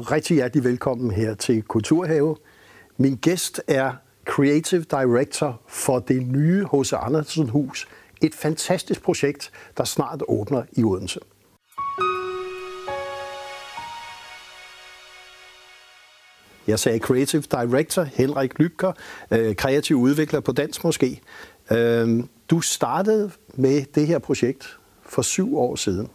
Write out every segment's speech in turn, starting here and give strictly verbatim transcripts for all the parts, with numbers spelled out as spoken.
rigtig hjertelig velkommen her til Kulturhave. Min gæst er Creative Director for det nye H C Andersen Hus. Et fantastisk projekt, der snart åbner i Odense. Jeg sagde Creative Director, Henrik Lübker, kreativ udvikler på dansk måske. Du startede med det her projekt for syv år siden.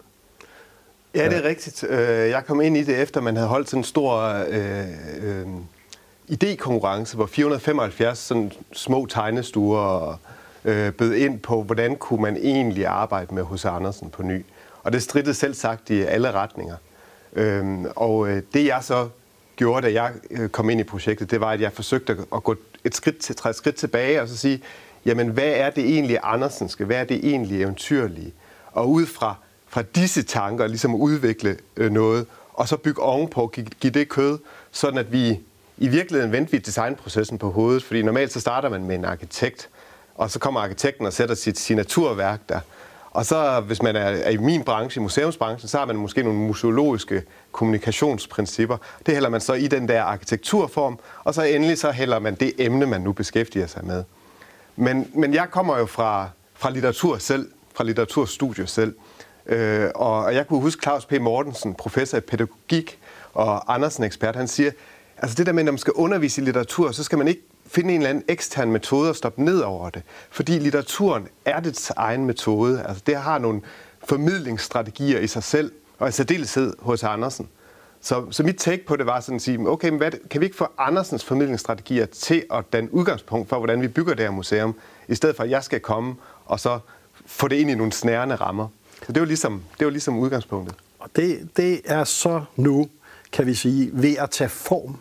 Ja, det er rigtigt. Jeg kom ind i det, efter man havde holdt sådan en stor øh, øh, idékonkurrence, hvor fire hundrede og femoghalvfjerds sådan små tegnestuer øh, bød ind på, hvordan kunne man egentlig arbejde med H C Andersen på ny. Og det strittede selv sagt i alle retninger. Øh, og det jeg så gjorde, da jeg kom ind i projektet, det var, at jeg forsøgte at gå et skridt, til, et skridt tilbage og så sige, jamen hvad er det egentlig Andersenske? Hvad er det egentlig eventyrlige? Og ud fra fra disse tanker ligesom udvikle øh, noget, og så bygge ovenpå, give, give det kød, sådan at vi i virkeligheden vendte vi designprocessen på hovedet, fordi normalt så starter man med en arkitekt, og så kommer arkitekten og sætter sit signaturværk der. Og så, hvis man er, er i min branche, i museumsbranchen, så har man måske nogle museologiske kommunikationsprincipper. Det hælder man så i den der arkitekturform, og så endelig så hælder man det emne, man nu beskæftiger sig med. Men, men jeg kommer jo fra, fra litteratur selv, fra litteraturstudiet selv, Øh, og jeg kunne huske Claus P. Mortensen, professor i pædagogik og Andersen-ekspert, han siger, altså det der med, når man skal undervise i litteratur, så skal man ikke finde en eller anden ekstern metode og stoppe ned over det. Fordi litteraturen er dets egen metode. Altså det har nogle formidlingsstrategier i sig selv, og i særdeleshed hos Andersen. Så, så mit take på det var sådan at sige, okay, men hvad, kan vi ikke få Andersens formidlingsstrategier til at danne udgangspunkt for, hvordan vi bygger det her museum, i stedet for at jeg skal komme og så få det ind i nogle snærende rammer. Så det var ligesom, det var ligesom udgangspunktet. Og det, det er så nu, kan vi sige, ved at tage form.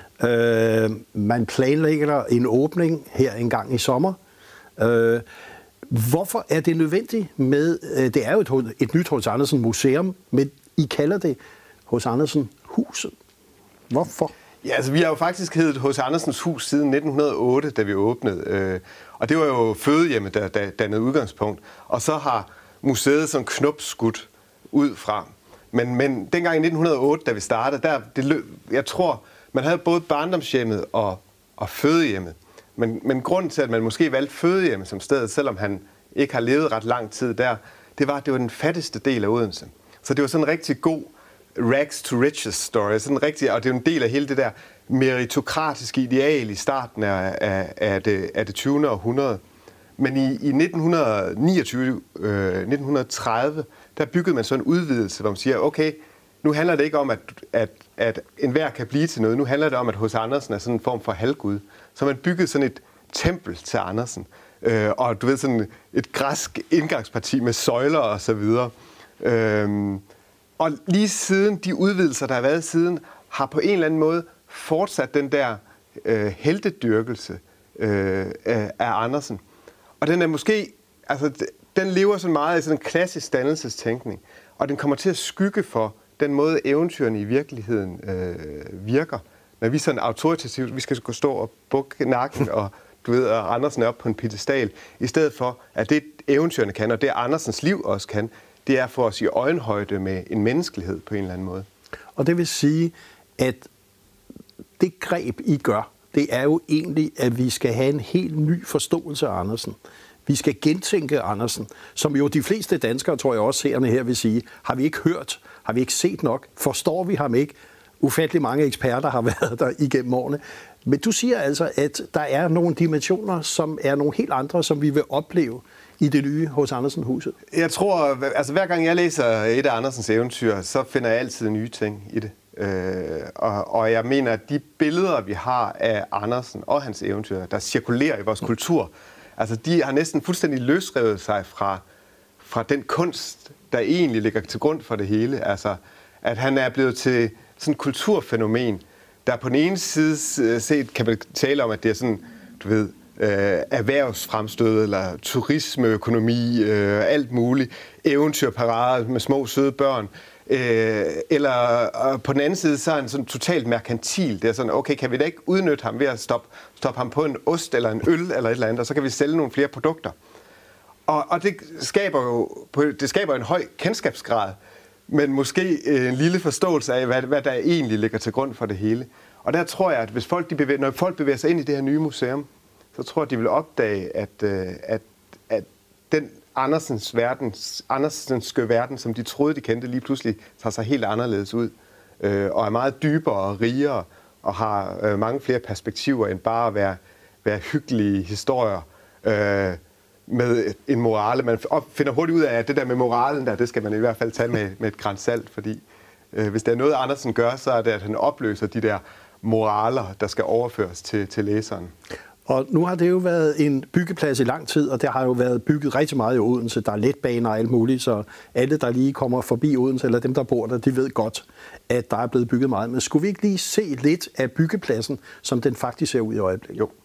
Øh, man planlægger en åbning her en gang i sommer. Øh, hvorfor er det nødvendigt med, det er jo et, et nyt H C Andersen Museum, men I kalder det H C Andersen Huset. Hvorfor? Ja, altså vi har jo faktisk heddet H C Andersens Hus siden nitten hundrede og otte, da vi åbnede. Øh, og det var jo fødehjemmet, der, der dannede udgangspunkt. Og så har museet som knopskudt ud fra. Men, men dengang i nitten hundrede og otte, da vi startede, der, det løb, jeg tror, man havde både barndomshjemmet og, og fødehjemmet. Men, men grunden til, at man måske valgte fødehjemmet som sted, selvom han ikke har levet ret lang tid der, det var, at det var den fattigste del af Odense. Så det var sådan en rigtig god rags to riches story. Sådan en rigtig, og det er jo en del af hele det der meritokratiske ideal i starten af, af, af, det, af det tyvende århundrede. Men i, i nitten niogtyve, øh, nitten tredive, der byggede man så en udvidelse, hvor man siger, okay, nu handler det ikke om, at, at, at enhver kan blive til noget. Nu handler det om, at H C Andersen er sådan en form for halvgud. Så man byggede sådan et tempel til Andersen. Øh, og du ved, sådan et græsk indgangsparti med søjler og så videre. Øh, og lige siden, de udvidelser, der har været siden, har på en eller anden måde fortsat den der øh, heltedyrkelse øh, af Andersen. Og den er måske, altså den lever så meget i sådan en klassisk dannelsestænkning, og den kommer til at skygge for den måde eventyrene i virkeligheden øh, virker. Når vi sådan autoritativt, vi skal stå og bukke nakken, og du ved, at Andersen er oppe på en piedestal, i stedet for, at det eventyrene kan, og det Andersens liv også kan, det er at få os i øjenhøjde med en menneskelighed på en eller anden måde. Og det vil sige, at det greb, I gør, det er jo egentlig, at vi skal have en helt ny forståelse af Andersen. Vi skal gentænke Andersen, som jo de fleste danskere, tror jeg også seerne her vil sige, har vi ikke hørt, har vi ikke set nok, forstår vi ham ikke. Ufattelig mange eksperter har været der igennem årene. Men du siger altså, at der er nogle dimensioner, som er nogle helt andre, som vi vil opleve i det nye H C Andersen-huset. Jeg tror, altså hver gang jeg læser et af Andersens eventyr, så finder jeg altid nye ting i det. Øh, og, og jeg mener, at de billeder, vi har af Andersen og hans eventyr, der cirkulerer i vores kultur, altså de har næsten fuldstændig løsrevet sig fra, fra den kunst, der egentlig ligger til grund for det hele. Altså, at han er blevet til sådan et kulturfænomen, der på den ene side set kan man tale om, at det er sådan, du ved, øh, erhvervsfremstød eller turismeøkonomi, øh, alt muligt, eventyrparader med små søde børn. Øh, eller øh, på den anden side, så er han sådan totalt merkantil. Det er sådan, okay, kan vi da ikke udnytte ham ved at stoppe, stoppe ham på en ost eller en øl eller et eller andet, og så kan vi sælge nogle flere produkter. Og, og det skaber jo det skaber en høj kendskabsgrad, men måske en lille forståelse af, hvad, hvad der egentlig ligger til grund for det hele. Og der tror jeg, at hvis folk, de bevæger, når folk bevæger sig ind i det her nye museum, så tror jeg, at de vil opdage, at, at, at den Andersens verden, Andersenske verden, som de troede, de kendte, lige pludselig tager sig helt anderledes ud, øh, og er meget dybere og rigere, og har øh, mange flere perspektiver, end bare at være, være hyggelige historier øh, med en morale. Man finder hurtigt ud af, at det der med moralen der, det skal man i hvert fald tage med, med et gran salt, fordi øh, hvis der er noget, Andersen gør, så er det, at han opløser de der moraler, der skal overføres til, til læseren. Og nu har det jo været en byggeplads i lang tid, og der har jo været bygget rigtig meget i Odense. Der er letbaner og alt muligt, så alle, der lige kommer forbi Odense, eller dem, der bor der, de ved godt, at der er blevet bygget meget. Men skulle vi ikke lige se lidt af byggepladsen, som den faktisk ser ud i øjeblikket? Jo.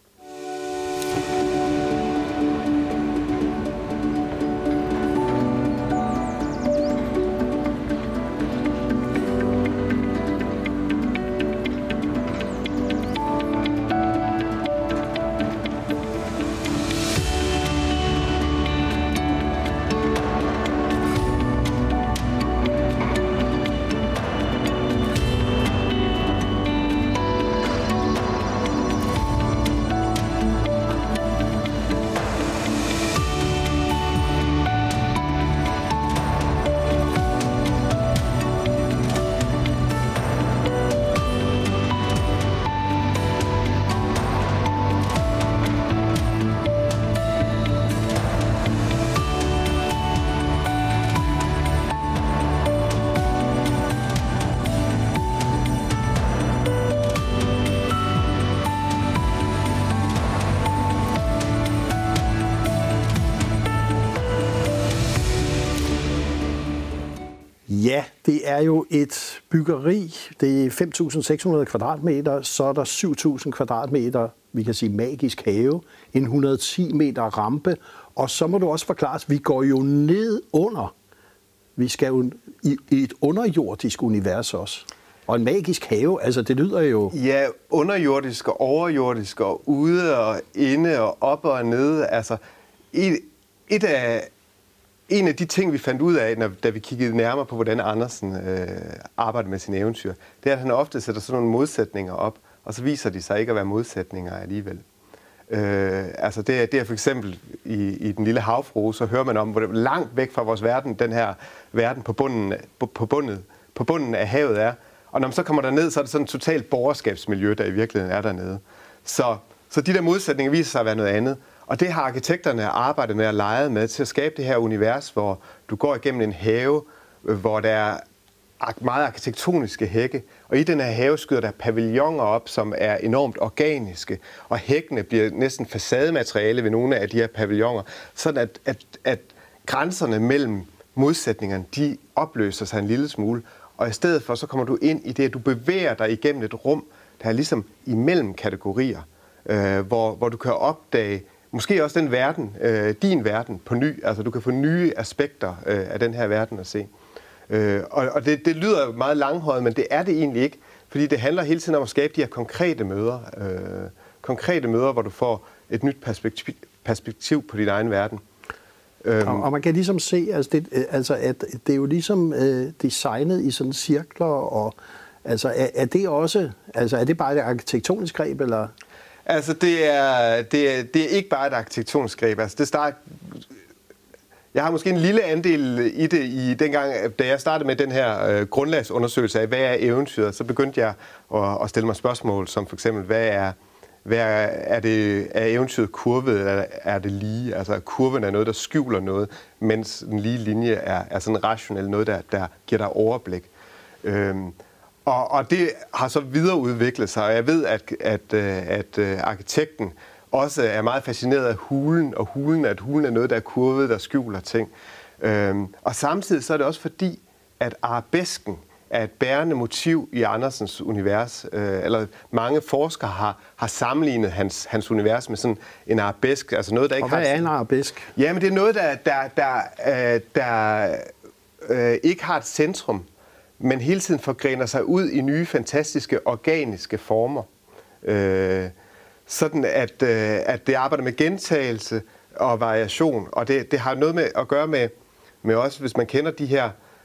Ja, det er jo et byggeri. Det er fem tusind seks hundrede kvadratmeter, så er der syv tusind kvadratmeter, vi kan sige magisk have, en et hundrede og ti meter rampe, og så må du også forklare, at vi går jo ned under. Vi skal jo i, i et underjordisk univers også. Og en magisk have, altså det lyder jo... Ja, underjordisk og overjordisk og ude og inde og op og nede. Altså, et, et af... En af de ting, vi fandt ud af, når, da vi kiggede nærmere på, hvordan Andersen øh, arbejder med sine eventyr, det er, at han ofte sætter sådan nogle modsætninger op, og så viser de sig ikke at være modsætninger alligevel. Øh, altså det er, det er for eksempel i, i Den lille havfrue, så hører man om, hvor langt væk fra vores verden, den her verden på bunden, på, på, bundet, på bunden af havet er. Og når man så kommer derned, så er det sådan et totalt borgerskabsmiljø, der i virkeligheden er dernede. Så, så de der modsætninger viser sig at være noget andet. Og det har arkitekterne arbejdet med og leget med til at skabe det her univers, hvor du går igennem en have, hvor der er meget arkitektoniske hække. Og i den her have skyder der pavilloner op, som er enormt organiske. Og hækkene bliver næsten facademateriale ved nogle af de her pavilloner. Sådan at, at, at grænserne mellem modsætningerne, de opløser sig en lille smule. Og i stedet for, så kommer du ind i det, at du bevæger dig igennem et rum, der er ligesom imellem kategorier. Øh, hvor, hvor du kan opdage måske også den verden, øh, din verden på ny. Altså du kan få nye aspekter øh, af den her verden at se. Øh, og og det, det lyder meget langhåret, men det er det egentlig ikke, fordi det handler hele tiden om at skabe de her konkrete møder. Øh, konkrete møder, hvor du får et nyt perspektiv, perspektiv på din egen verden. Og, og man kan ligesom se, altså det, altså at det er jo ligesom øh, designet i sådan cirkler, og altså er, er det også, altså er det bare et arkitektonisk greb, eller? Altså det er, det er, det er ikke bare et arkitektonisk greb. Altså det start, jeg har måske en lille andel i det, i dengang, da jeg startede med den her øh, grundlagsundersøgelse af, hvad er eventyret, så begyndte jeg at, at stille mig spørgsmål, som for eksempel, hvad er, hvad er, er, det, er eventyret kurvet, eller er det lige? Altså kurven er noget, der skjuler noget, mens den lige linje er, er sådan rationel, noget, der, der giver dig overblik. Øhm, og, og det har så videreudviklet sig, og jeg ved, at, at, at, at arkitekten også er meget fascineret af hulen, og hulen, at hulen er noget, der er kurvet, der skjuler ting. Øhm, og samtidig så er det også fordi, at arabesken er et bærende motiv i Andersens univers. Øh, eller mange forskere har, har sammenlignet hans, hans univers med sådan en arabesk. Altså noget, der ikke og hvad har, er en arabesk? Ja, men det er noget, der, der, der, der, der øh, ikke har et centrum, men hele tiden forgrener sig ud i nye, fantastiske, organiske former. Øh, sådan at, øh, at det arbejder med gentagelse og variation. Og det, det har noget med at gøre med, med også, hvis man kender de her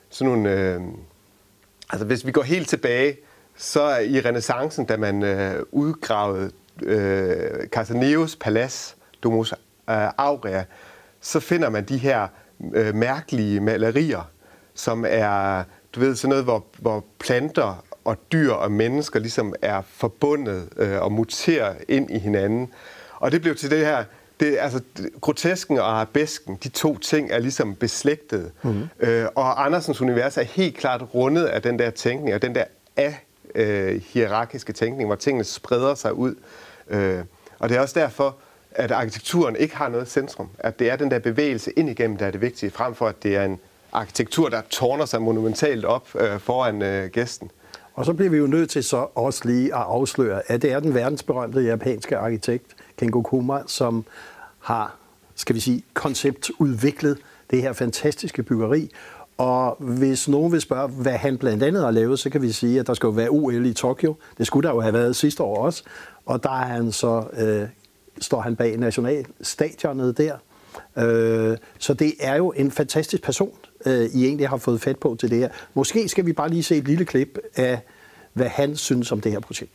sådan nogle... Øh, altså hvis vi går helt tilbage, så i renæssancen, da man øh, udgravede øh, Carneros palads, Domus øh, Aurea, så finder man de her øh, mærkelige malerier, som er, du ved, sådan noget, hvor, hvor planter og dyr og mennesker ligesom er forbundet øh, og muterer ind i hinanden. Og det blev til det her, det, altså grotesken og arabesken, de to ting er ligesom beslægtede. Mm-hmm. Øh, og Andersens univers er helt klart rundet af den der tænkning, og den der a-hierarkiske tænkning, hvor tingene spreder sig ud. Øh, og det er også derfor, at arkitekturen ikke har noget centrum. At det er den der bevægelse ind igennem, der er det vigtige, frem for at det er en arkitektur, der tårner sig monumentalt op øh, foran øh, gæsten. Og så bliver vi jo nødt til så også lige at afsløre, at det er den verdensberømte japanske arkitekt Kengo Kuma, som har, skal vi sige, konceptudviklet det her fantastiske byggeri. Og hvis nogen vil spørge, hvad han blandt andet har lavet, så kan vi sige, at der skal jo være O L i Tokyo. Det skulle der jo have været sidste år også. Og der er han så, øh, står han bag nationalstadionet der. Øh, så det er jo en fantastisk person, øh, I egentlig har fået fat på til det her. Måske skal vi bare lige se et lille klip af, hvad han synes om det her projekt.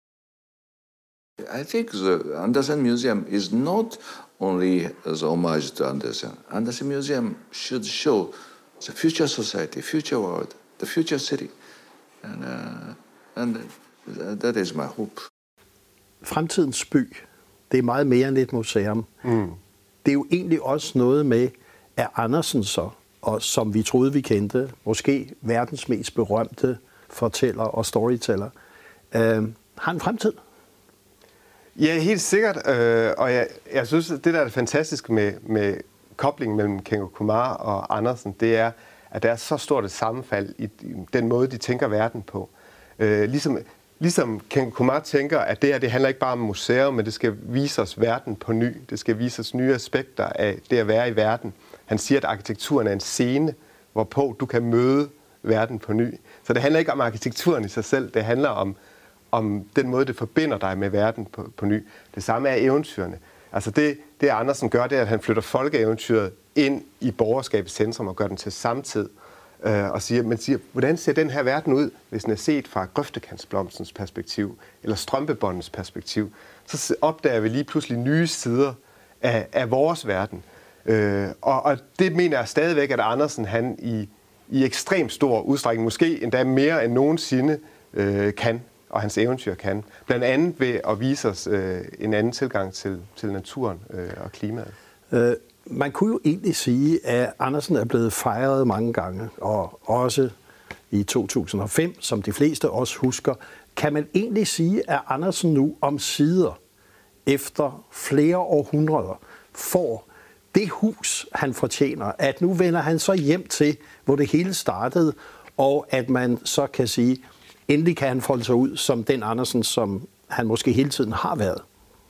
I think the Andersen Museum is not only as homage to Andersen. Andersen Museum should show the future society, future world, the future city. And, uh, and that is my hope. Fremtidens by, det er meget mere end et museum. Mm. Det er jo egentlig også noget med, at Andersen så, og som vi troede, vi kendte, måske verdens mest berømte fortæller og storyteller, øh, har en fremtid. Ja, helt sikkert. Øh, og jeg, jeg synes, at det, der er det fantastiske med, med koblingen mellem Kengo Kuma og Andersen, det er, at der er så stort et sammenfald i den måde, de tænker verden på. Øh, ligesom, ligesom Kengo Kuma tænker, at det her, det handler ikke bare om museum, men det skal vise os verden på ny. Det skal vise os nye aspekter af det at være i verden. Han siger, at arkitekturen er en scene, hvorpå du kan møde verden på ny. Så det handler ikke om arkitekturen i sig selv, det handler om om den måde, det forbinder dig med verden på, på ny. Det samme er eventyrene. Altså det, det Andersen gør, det er, at han flytter folkeeventyret ind i borgerskabets centrum og gør den til samtid. Øh, og siger, man siger, hvordan ser den her verden ud, hvis den er set fra grøftekantsblomstens perspektiv, eller strømpebåndens perspektiv. Så opdager vi lige pludselig nye sider af, af vores verden. Øh, og, og det mener jeg stadigvæk, at Andersen han i, i ekstremt stor udstrækning, måske endda mere end nogensinde, øh, kan. Og hans eventyr kan. Blandt andet ved at vise os øh, en anden tilgang til, til naturen øh, og klimaet. Øh, man kunne jo egentlig sige, at Andersen er blevet fejret mange gange, og også i to tusind og fem, som de fleste også husker. Kan man egentlig sige, at Andersen nu omsider, efter flere århundreder, får det hus, han fortjener, at nu vender han så hjem til, hvor det hele startede, og at man så kan sige, endelig kan han folde sig ud som den Andersen, som han måske hele tiden har været.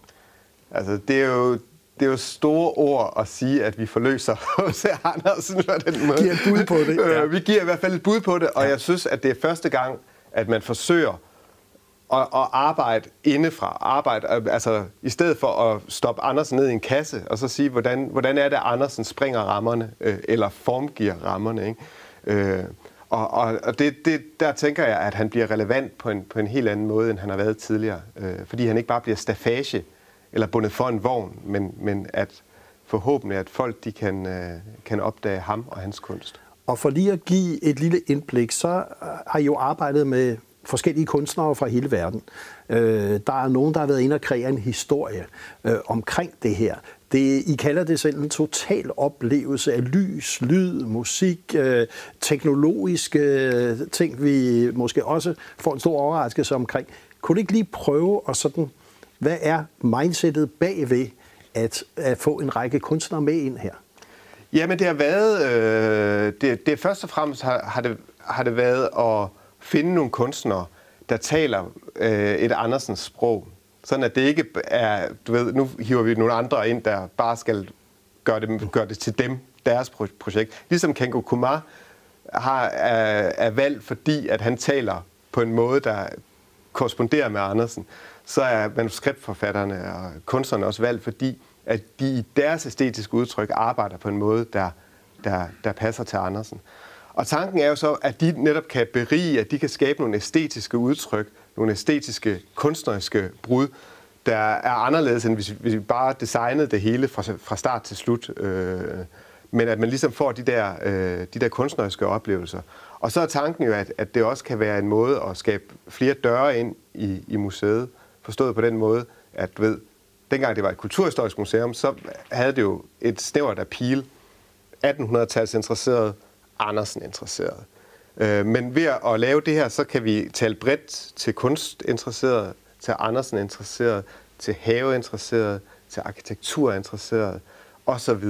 Altså, det er jo, det er jo store ord at sige, at vi forløser H C Andersen på den måde. Vi giver et bud på det. Ja. Vi giver i hvert fald et bud på det, og ja. Jeg synes, at det er første gang, at man forsøger at, at arbejde indefra. Arbejde, altså, i stedet for at stoppe Andersen ned i en kasse, og så sige, hvordan, hvordan er det, Andersen springer rammerne, eller formgiver rammerne, ikke? Øh, Og, og, og det, det, der tænker jeg, at han bliver relevant på en, på en helt anden måde, end han har været tidligere. Øh, fordi han ikke bare bliver staffage eller bundet for en vogn, men, men at forhåbentlig, at folk de kan, øh, kan opdage ham og hans kunst. Og for lige at give et lille indblik, så har I jo arbejdet med forskellige kunstnere fra hele verden. Øh, der er nogen, der har været inde og kreere en historie øh, omkring det her. Det, I kalder det selv en total oplevelse af lys, lyd, musik, øh, teknologiske øh, ting, vi måske også får en stor overraskelse omkring. Kunne du ikke lige prøve at sådan, hvad er mindsetet bagved at, at få en række kunstnere med ind her? Jamen det har været, øh, det, det først og fremmest har, har, det, har det været at finde nogle kunstnere, der taler øh, et Andersens sprog. Sådan at det ikke er, du ved, nu hiver vi nogle andre ind, der bare skal gøre det, gøre det til dem, deres projekt. Ligesom Kengo Kuma har, er, er valgt, fordi at han taler på en måde, der korresponderer med Andersen, så er manuskriptforfatterne og kunstnerne også valgt, fordi at de i deres æstetiske udtryk arbejder på en måde, der, der, der passer til Andersen. Og tanken er jo så, at de netop kan berige, at de kan skabe nogle æstetiske udtryk, nogle æstetiske, kunstneriske brud, der er anderledes, end hvis vi bare designede det hele fra, fra start til slut. Øh, men at man ligesom får de der, øh, de der kunstneriske oplevelser. Og så er tanken jo, at, at det også kan være en måde at skabe flere døre ind i, i museet. Forstået på den måde, at du ved, dengang det var et kulturhistorisk museum, så havde det jo et snævert appeal. attenhundrede-tals interesseret, Andersen interesseret. Øh, men ved at lave det her, så kan vi tale bredt til kunstinteresseret, til Andersen interesseret, til haveinteresseret, til arkitekturinteresseret osv.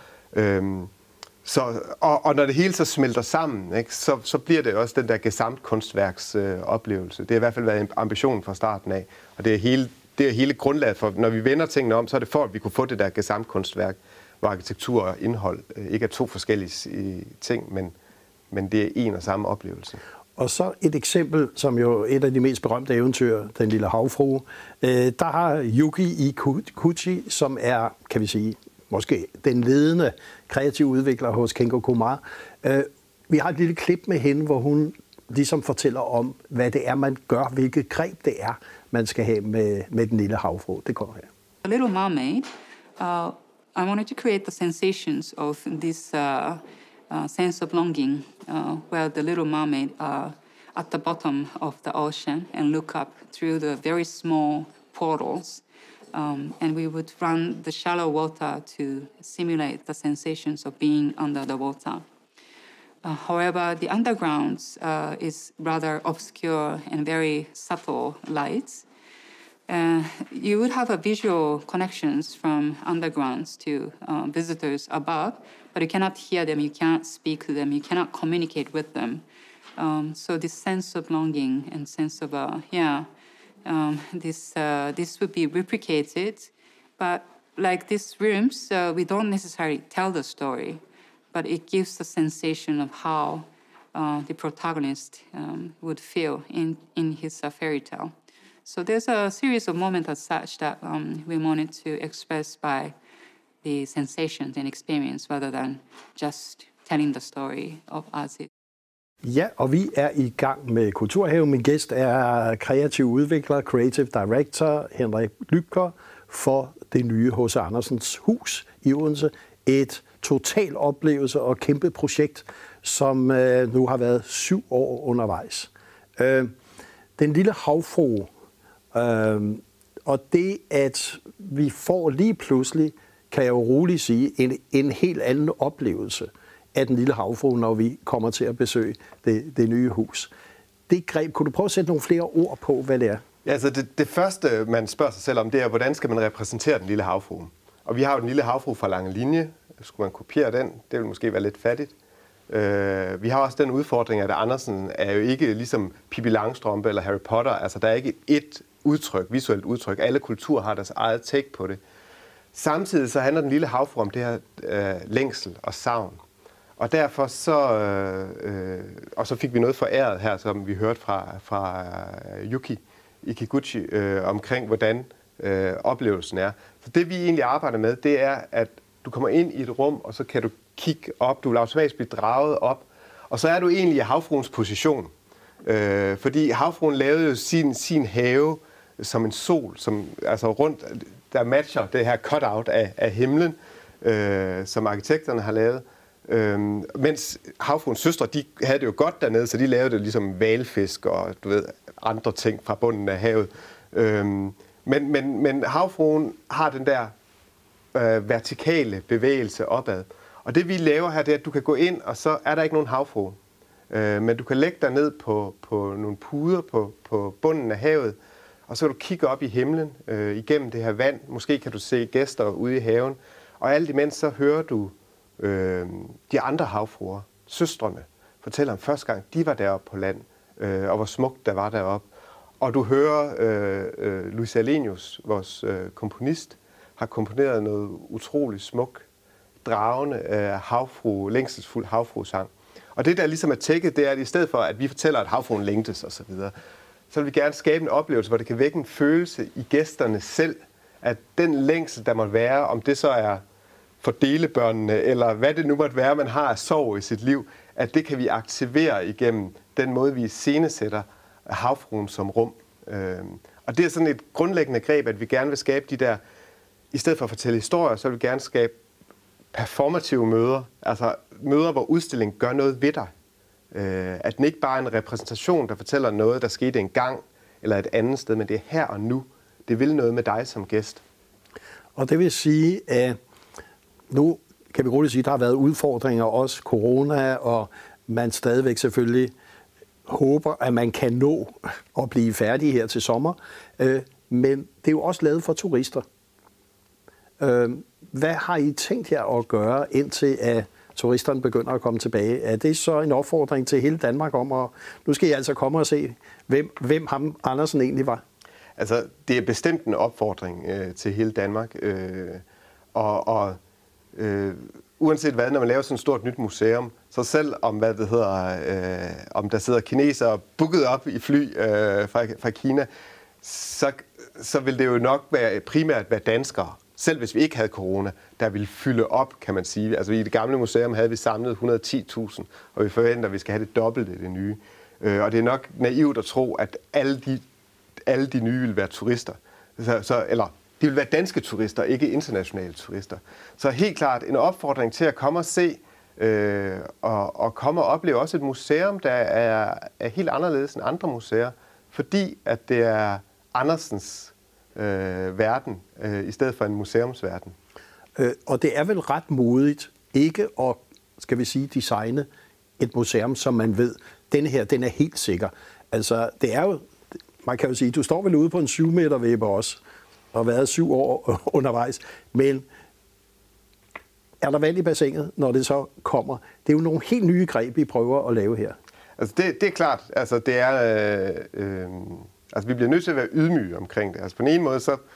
Øhm, så, og, og når det hele så smelter sammen, ikke, så, så bliver det også den der gesamtkunstværks øh, oplevelse. Det har i hvert fald været en ambition fra starten af, og det er hele, det er hele grundlaget for, når vi vender tingene om, så er det for, at vi kunne få det der gesamtkunstværk, hvor arkitektur og indhold øh, ikke er to forskellige ting, men, men det er en og samme oplevelse. Og så et eksempel, som jo et af de mest berømte eventyr, Den lille havfrue. Øh, der har Yuki Ikuchi, som er, kan vi sige, måske den ledende kreative udvikler hos Kengo Kumar. Øh, vi har et lille klip med hende, hvor hun ligesom fortæller om, hvad det er, man gør, hvilket greb det er, man skal have med, med Den lille havfrue. Det kommer her. The Little Mermaid, uh, I wanted to create the sensations of this uh, uh, sense of longing, uh, where the little mermaid are at the bottom of the ocean and look up through the very small portals. Um, and we would run the shallow water to simulate the sensations of being under the water. Uh, however, the underground uh, is rather obscure and very subtle lights. Uh, you would have a visual connections from undergrounds to uh, visitors above, but you cannot hear them, you can't speak to them, you cannot communicate with them. Um, so this sense of longing and sense of, uh, yeah, um, this uh, this would be replicated, but like these rooms, uh, we don't necessarily tell the story, but it gives the sensation of how uh, the protagonist um, would feel in, in his uh, fairy tale. So there's a series of moments as such that um, we wanted to express by the sensations and experience rather than just telling the story of as it. Ja, og vi er i gang med Kulturhaven. Min gæst er kreativ udvikler, creative director Henrik Lübker for det nye H C Andersens Hus i Odense. Et total oplevelse og kæmpe projekt, som øh, nu har været syv år undervejs. Øh, den lille havfrue, øh, og det at vi får lige pludselig, kan jeg jo roligt sige, en, en helt anden oplevelse af den lille havfrue, når vi kommer til at besøge det, det nye hus. Det greb, kunne du prøve at sætte nogle flere ord på, hvad det er? Ja, altså det, det første, man spørger sig selv om, det er, hvordan skal man repræsentere den lille havfrue? Og vi har jo den lille havfrue fra Langelinje. Skulle man kopiere den? Det vil måske være lidt fattigt. Uh, vi har også den udfordring, at Andersen er jo ikke ligesom Pippi Langstrømpe eller Harry Potter. Altså, der er ikke et udtryk, visuelt udtryk. Alle kulturer har deres eget take på det. Samtidig så handler den lille havfrue om det her uh, længsel og savn. Og derfor så, øh, og så fik vi noget foræret her, som vi hørte fra, fra Yuki Ikiguchi, øh, omkring hvordan øh, oplevelsen er. Så det vi egentlig arbejder med, det er, at du kommer ind i et rum, og så kan du kigge op, du vil automatisk blive draget op, og så er du egentlig i havfruens position. Øh, fordi havfruen lavede jo sin, sin have som en sol, som altså rundt, der matcher det her cutout af, af himlen, øh, som arkitekterne har lavet. Øhm, mens havfruens søstre, de havde det jo godt dernede, så de lavede det ligesom hvalfisk og du ved, andre ting fra bunden af havet. Øhm, men, men, men havfruen har den der øh, vertikale bevægelse opad. Og det vi laver her, det er, at du kan gå ind, og så er der ikke nogen havfrue. Øh, men du kan lægge dig ned på, på nogle puder på, på bunden af havet, og så kan du kigge op i himlen øh, igennem det her vand. Måske kan du se gæster ude i haven. Og alt imens så hører du Øh, de andre havfruer, søstrene, fortæller om første gang, de var deroppe på land, øh, og hvor smukt der var deroppe. Og du hører øh, øh, Luis Alenius, vores øh, komponist, har komponeret noget utroligt smuk, dragende øh, havfrue, længselsfuld havfruesang. Og det der ligesom er tækket, det er, at i stedet for, at vi fortæller, at havfruen længtes osv., så, så vil vi gerne skabe en oplevelse, hvor det kan vække en følelse i gæsterne selv, at den længsel, der må være, om det så er for delebørnene, eller hvad det nu måtte være, man har af sorg i sit liv, at det kan vi aktivere igennem den måde, vi iscenesætter havfruen som rum. Og det er sådan et grundlæggende greb, at vi gerne vil skabe de der, i stedet for at fortælle historier, så vil vi gerne skabe performative møder, altså møder, hvor udstillingen gør noget ved dig. At den ikke bare er en repræsentation, der fortæller noget, der skete engang eller et andet sted, men det er her og nu. Det vil noget med dig som gæst. Og det vil sige, at nu kan vi roligt sige, at der har været udfordringer, også corona, og man stadigvæk selvfølgelig håber, at man kan nå at blive færdig her til sommer. Men det er jo også lavet for turister. Hvad har I tænkt jer at gøre, indtil at turisterne begynder at komme tilbage? Er det så en opfordring til hele Danmark om, at nu skal I altså komme og se, hvem, hvem ham Andersen egentlig var? Altså, det er bestemt en opfordring øh, til hele Danmark. Øh, og og øh, uanset hvad, når man laver sådan et stort nyt museum, så selv om, hvad det hedder, øh, om der sidder kinesere booket op i fly øh, fra, fra Kina, så, så vil det jo nok være, primært være danskere. Selv hvis vi ikke havde corona, der ville fylde op, kan man sige. Altså i det gamle museum havde vi samlet et hundrede og ti tusind, og vi forventer, at vi skal have det dobbelte af det nye. Øh, og det er nok naivt at tro, at alle de alle de nye vil være turister. Så, så, eller de vil være danske turister, ikke internationale turister. Så helt klart en opfordring til at komme og se, øh, og, og komme og opleve også et museum, der er, er helt anderledes end andre museer, fordi at det er Andersens øh, verden, øh, i stedet for en museumsverden. Øh, og det er vel ret modigt ikke at, skal vi sige, designe et museum, som man ved, den her, den er helt sikker. Altså, det er jo man kan jo sige, du står vel ude på en syv meter væbber også, og har været syv år undervejs, men er der vand i bassinet, når det så kommer? Det er jo nogle helt nye greb, vi prøver at lave her. Altså det, det er klart, altså det er, øh, øh, altså vi bliver nødt til at være ydmyge omkring det. Altså på en ene måde, så,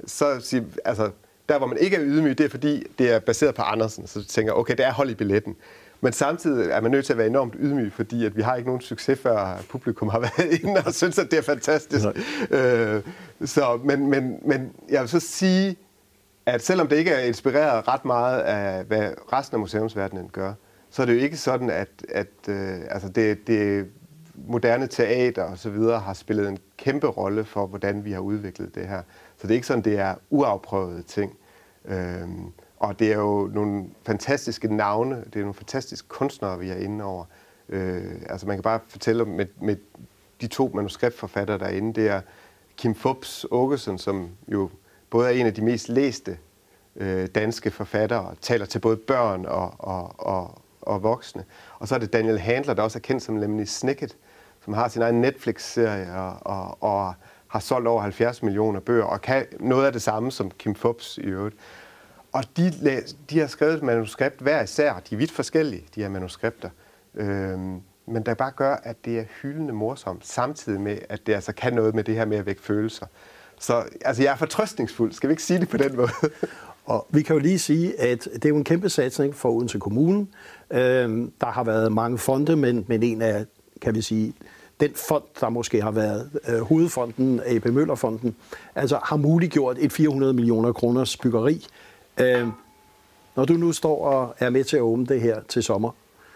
så altså der hvor man ikke er ydmyg, det er fordi, det er baseret på Andersen, så du tænker, okay, det er hold i billetten. Men samtidig er man nødt til at være enormt ydmyg, fordi at vi har ikke nogen succes, før publikum har været inde og synes, at det er fantastisk. Øh, så, men, men, men jeg vil så sige, at selvom det ikke er inspireret ret meget af, hvad resten af museumsverdenen gør, så er det jo ikke sådan, at, at øh, altså det, det moderne teater og så videre har spillet en kæmpe rolle for, hvordan vi har udviklet det her. Så det er ikke sådan, det er uafprøvede ting. Øh, Og det er jo nogle fantastiske navne, det er nogle fantastiske kunstnere, vi er inde over. Øh, altså man kan bare fortælle med, med de to manuskriptforfattere derinde, det er Kim Fupz Aakeson, som jo både er en af de mest læste øh, danske forfattere, taler til både børn og, og, og, og voksne. Og så er det Daniel Handler, der også er kendt som Lemony Snicket, som har sin egen Netflix-serie og, og, og har solgt over halvfjerds millioner bøger, og kan noget af det samme som Kim Fupz i øvrigt. Og de, de har skrevet et manuskript hver især. De er vidt forskellige, de her manuskripter. Øhm, men der bare gør, at det er hyldende morsomt, samtidig med, at det altså kan noget med det her med at vække følelser. Så altså, jeg er fortrøstningsfuld. Skal vi ikke sige det på den måde? Og vi kan jo lige sige, at det er jo en kæmpe satsning for Odense Kommune. Øhm, der har været mange fonde, men, men en af, kan vi sige, den fond, der måske har været øh, hovedfonden, A P Møller-fonden, altså har muliggjort et fire hundrede millioner kroners byggeri. Øh, når du nu står og er med til at åbne det her til sommer,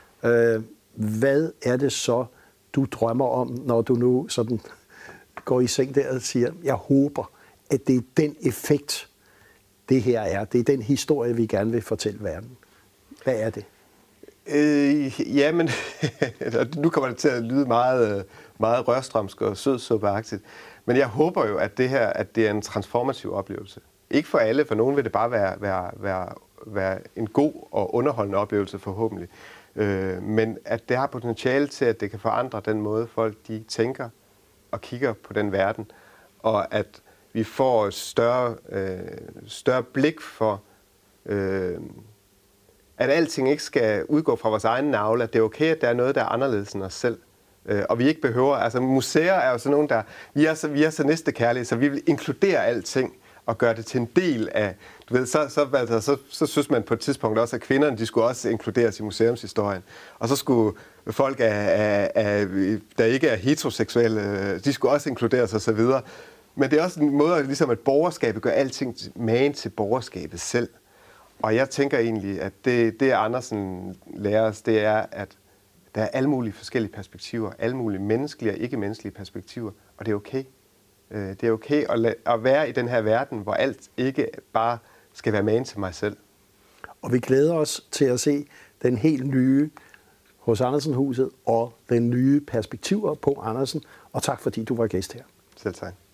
øh, hvad er det så, du drømmer om, når du nu sådan går i seng der og siger, jeg håber, at det er den effekt, det her er. Det er den historie, vi gerne vil fortælle verden. Hvad er det? Øh, ja, men nu kommer det til at lyde meget, meget rørstrømsk og sødsuppeagtigt. Men jeg håber jo, at det her at det er en transformativ oplevelse. Ikke for alle, for nogen vil det bare være, være, være, være en god og underholdende oplevelse forhåbentlig. Øh, men at det har potentiale til, at det kan forandre den måde, folk de tænker og kigger på den verden. Og at vi får et større, øh, større blik for, øh, at alting ikke skal udgå fra vores egen navle. At det er okay, at der er noget, der er anderledes end os selv. Øh, og vi ikke behøver, altså museer er jo sådan nogle, der, vi er så, vi er så næstekærlige, så vi vil inkludere alting og gøre det til en del af, du ved, så, så, altså, så, så synes man på et tidspunkt også, at kvinderne, de skulle også inkluderes i museumshistorien. Og så skulle folk, af, af, af, der ikke er heteroseksuelle, de skulle også inkluderes og så videre. Men det er også en måde, ligesom at borgerskabet gør alting magen til borgerskabet selv. Og jeg tænker egentlig, at det, det Andersen lærer os, det er, at Der er alle mulige forskellige perspektiver, alle mulige menneskelige og ikke-menneskelige perspektiver, og det er okay. Det er okay at, at være i den her verden, hvor alt ikke bare skal være magen til mig selv. Og vi glæder os til at se den helt nye hos Andersen-huset og den nye perspektiver på Andersen. Og tak fordi du var gæst her. Selv tak.